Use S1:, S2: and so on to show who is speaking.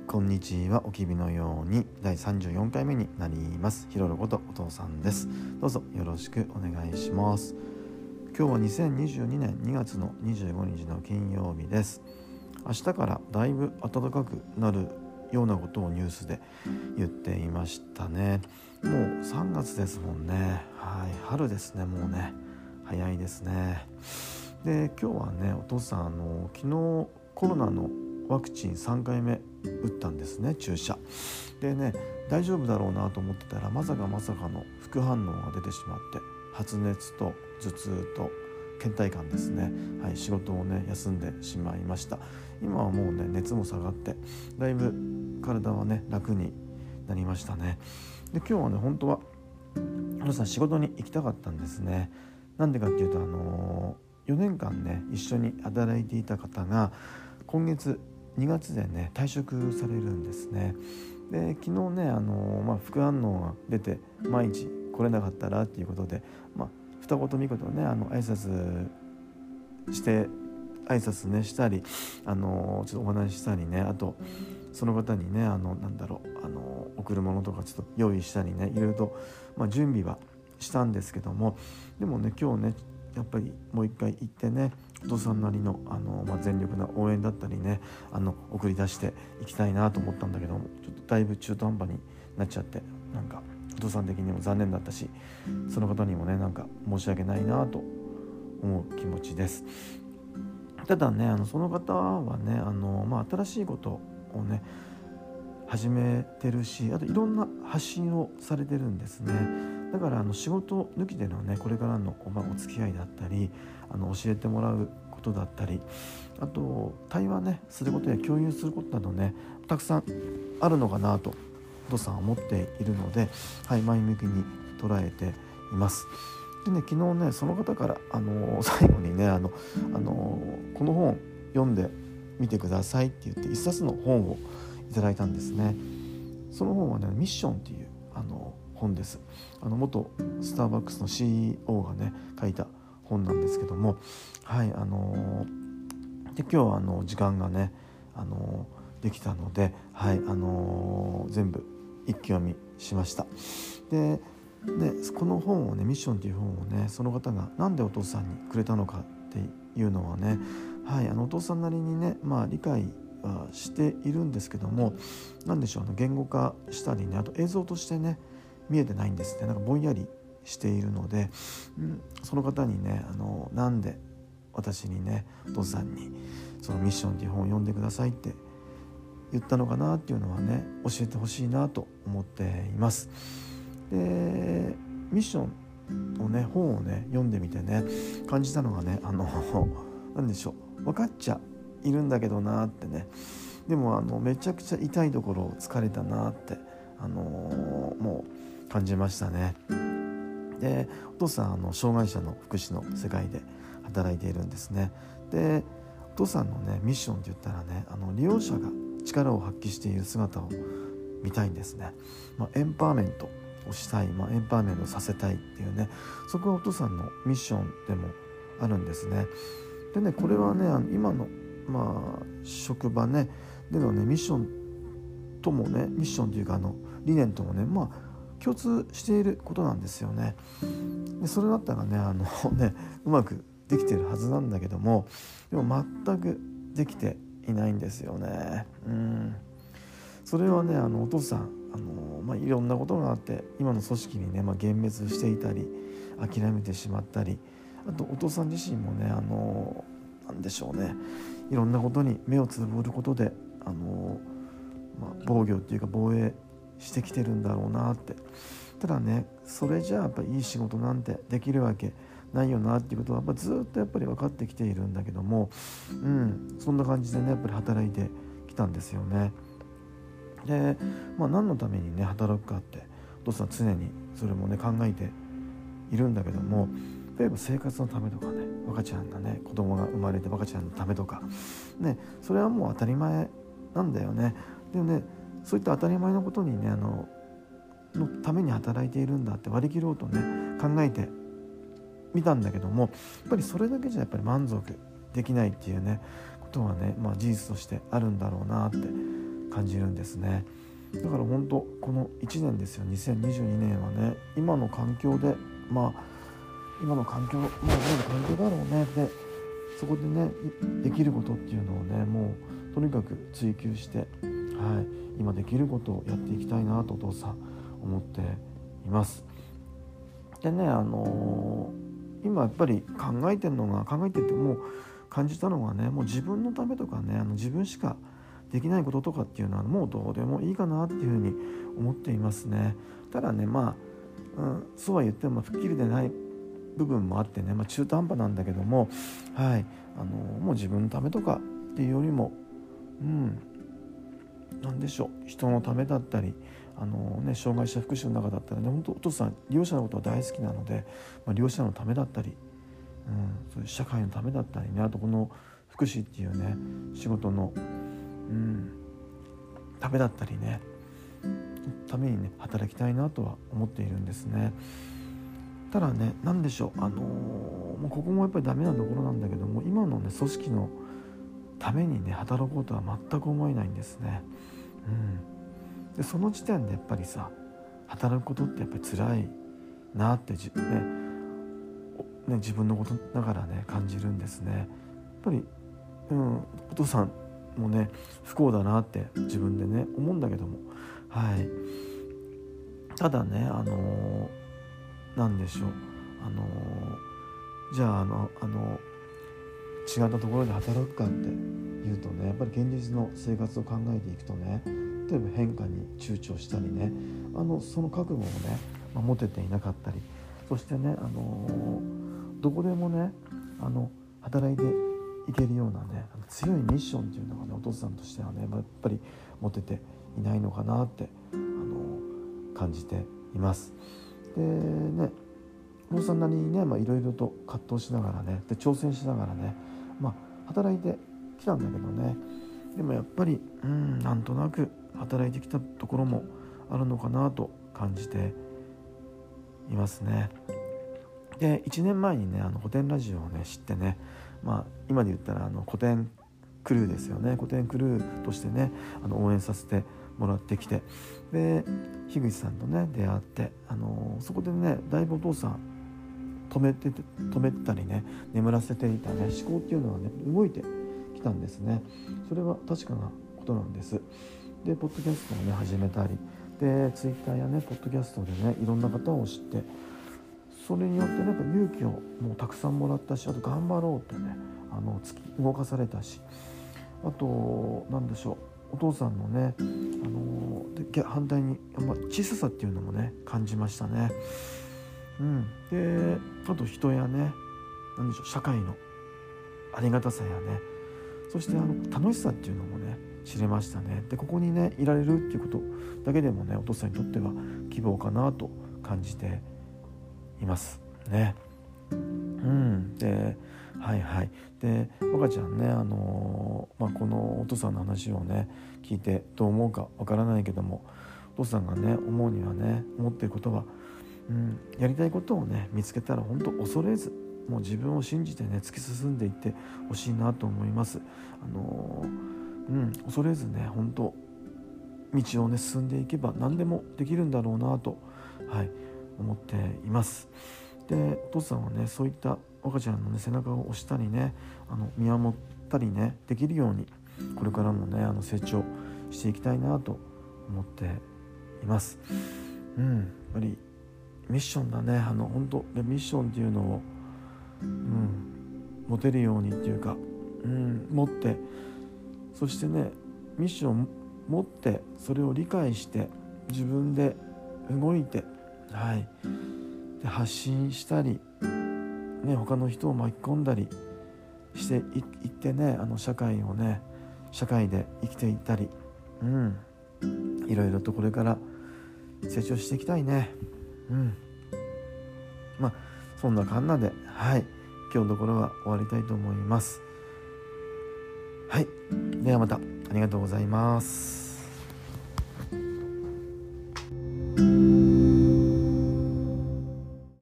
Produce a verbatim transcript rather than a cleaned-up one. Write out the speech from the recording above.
S1: こんにちは。おきびのようにだいさんじゅうよんかいめになります。ひろろことお父さんです。どうぞよろしくお願いします。今日はにせんにじゅうにねんにがつのにじゅうごにちの金曜日です。明日からだいぶ暖かくなるようなことをニュースで言っていましたね。もうさんがつですもんね。はい、春ですね。もうね早いですね。で今日はねお父さんあの昨日コロナのワクチンさんかいめ打ったんですね。注射でね大丈夫だろうなと思ってたらまさかまさかの副反応が出てしまって、発熱と頭痛と倦怠感ですね。はい、仕事をね休んでしまいました。今はもうね熱も下がってだいぶ体はね楽になりましたね。で今日はね本当は皆さん仕事に行きたかったんですね。なんでかっていうとあのー、よねんかんね一緒に働いていた方が今月にがつでね退職されるんですね。で昨日ねあのー、まあ、副反応が出て毎日来れなかったらっていうことで、まあ、二言三言ねあの挨拶して挨拶ねしたりあのー、ちょっとお話ししたりね、あとその方にねあのなんだろうあの贈るものとかちょっと用意したりね、いろいろと、まあ、準備はしたんですけども、でもね今日ねやっぱりもう一回行ってねお父さんなりの、あの、まあ、全力な応援だったりねあの送り出していきたいなと思ったんだけども、ちょっとだいぶ中途半端になっちゃって、なんかお父さん的にも残念だったし、その方にもねなんか申し訳ないなと思う気持ちです。ただねあのその方はねあの、まあ、新しいことをね始めてるし、あといろんな発信をされてるんですね。だからあの仕事抜きでのねこれからの、まあ、お付き合いだったりあの教えてもらうことだったり、あと対話ねすることや共有することなどねたくさんあるのかなとお父さんは思っているので、はい、前向きに捉えています。でね昨日ねその方からあの最後にねあのあのこの本読んでみてくださいって言って一冊の本をいただいたんですね。その本はねミッションっていうあの本です。あの元スターバックスの シーイーオー がね書いた本なんですけども、はいあのー、で今日はあの時間がねあのー、できたので、はいあのー、全部一気読みしました。ででこの本をねミッションっていう本をねその方がなんでお父さんにくれたのかっていうのはね、はいあのお父さんなりにねまあ理解はしているんですけども、なんでしょうね言語化したりね、あと映像としてね見えてないんですね。なんかぼんやりしているので、うん、その方にねあのなんで私にねお父さんにそのミッションっていう本を読んでくださいって言ったのかなっていうのはね教えてほしいなと思っています。でミッションをね本をね読んでみてね感じたのがねあのなんでしょう分かっちゃいるんだけどなってね、でもあのめちゃくちゃ痛いところを疲れたなってあのー、もう感じましたね。でお父さんあの障害者の福祉の世界で働いているんですね。でお父さんのねミッションって言ったらねあの利用者が力を発揮している姿を見たいんですね。まあ、エンパワーメントをしたい、まあ、エンパワーメントさせたいっていうね、そこがお父さんのミッションでもあるんですね。でねこれはねあの今のまあ職場ねでのねミッションともねミッションというかあの理念ともねまあ共通していることなんですよね。でそれだったらねあのねうまくできてるはずなんだけども、でも全くできていないんですよね。うんそれはねあのお父さんあの、まあ、いろんなことがあって今の組織にね、まあ、幻滅していたり諦めてしまったり、あとお父さん自身もねあのなんでしょうねいろんなことに目をつぶることであの、まあ、防御っていうか防衛してきてるんだろうなって。ただねそれじゃあやっぱりいい仕事なんてできるわけないよなっていうことはやっぱずっとやっぱり分かってきているんだけども、うんそんな感じでねやっぱり働いてきたんですよね。でまあ何のためにね働くかってお父さん常にそれもね考えているんだけども、例えば生活のためとかね若ちゃんがね子供が生まれて若ちゃんのためとかねそれはもう当たり前なんだよね。でもねそういった当たり前のことにねあののために働いているんだって割り切ろうとね考えてみたんだけども、やっぱりそれだけじゃやっぱり満足できないっていうねことはね、まあ、事実としてあるんだろうなって感じるんですね。だから本当このいちねんですよ、にせんにじゅうにねんはね、今の環境でまあ今の環境まあ今の環境だろうね、でそこでねできることっていうのをねもうとにかく追求して、はい、今できることをやっていきたいなとお父さん思っています。でねあのー、今やっぱり考えてるのが考えててもう感じたのがね、もう自分のためとかねあの自分しかできないこととかっていうのはもうどうでもいいかなっていうふうに思っていますね。ただねまあ、うん、そうは言っても吹っ切りでない部分もあってね、まあ、中途半端なんだけども、はい、あのもう自分のためとかっていうよりも、うん、なんでしょう、人のためだったり、あの、ね、障害者福祉の中だったらね、本当お父さん利用者のことは大好きなので、まあ、利用者のためだったり、うん、そういう社会のためだったりね、あとこの福祉っていうね仕事の、うん、ためだったりねためにね働きたいなとは思っているんですね。ただね、なんでしょう、あのー、もうここもやっぱりダメなところなんだけども、今のね組織のためにね働こうとは全く思えないんですね。うん、でその時点でやっぱりさ、働くことってやっぱり辛いなってじ、ねね、自分のことながらね感じるんですね。やっぱり、うん、お父さんもね不幸だなって自分でね思うんだけども、はい、ただねあのーなんでしょう、あのー、じゃああの、あの違ったところで働くかっていうとね、やっぱり現実の生活を考えていくとね、例えば変化に躊躇したりね、あのその覚悟をね、まあ、持てていなかったり、そしてね、あのー、どこでもねあの働いていけるようなね強いミッションっていうのがねお父さんとしてはね、まあ、やっぱり持てていないのかなって、あのー、感じています。でね、お父さんなりにねいろいろと葛藤しながらね、で挑戦しながらね、まあ、働いてきたんだけどね、でもやっぱりうんなんとなく働いてきたところもあるのかなと感じていますね。でいちねんまえにねあの古典ラジオをね知ってね、まあ、今で言ったらあの古典クルーですよね、古典クルーとしてねあの応援させてもらってきて、で樋口さんとね出会って、あのー、そこでねだいぶお父さん止めてて止めたりね眠らせていたね思考っていうのはね動いてきたんですね。それは確かなことなんです。でポッドキャストをね始めたりでツイッターやねポッドキャストでねいろんな方を知って、それによってねやっぱ勇気をもうたくさんもらったし、あと頑張ろうってねあの突き動かされたし、あとなんでしょう、お父さんのね、あのー、で反対に小ささっていうのもね感じましたね。うん、であと人やね、なんでしょう、社会のありがたさやね、そしてあの楽しさっていうのもね知れましたね。でここにねいられるっていうことだけでもねお父さんにとっては希望かなと感じていますね。うん、ではいはいで若ちゃんね、あのーまあ、このお父さんの話をね聞いてどう思うかわからないけども、お父さんがね思うにはね思っていることは、うん、やりたいことをね見つけたら本当恐れずもう自分を信じてね突き進んでいってほしいなと思います。あのー、うん恐れずね本当道をね進んでいけば何でもできるんだろうなと、はい、思っています。でお父さんはねそういった若ちゃんの、ね、背中を押したりねあの見守ったりねできるようにこれからもねあの成長していきたいなと思っています。うん、やっぱりミッションだね、あの本当でミッションっていうのを、うん、持てるようにっていうか、うん、持ってそしてねミッション持ってそれを理解して自分で動いて、はい、で発信したり、ね、他の人を巻き込んだりしていってねあの社会をね社会で生きていったり、うん、いろいろとこれから成長していきたいね。うん、まあそんなかんなで、はい、今日のところは終わりたいと思います。はい、ではまたありがとうございます。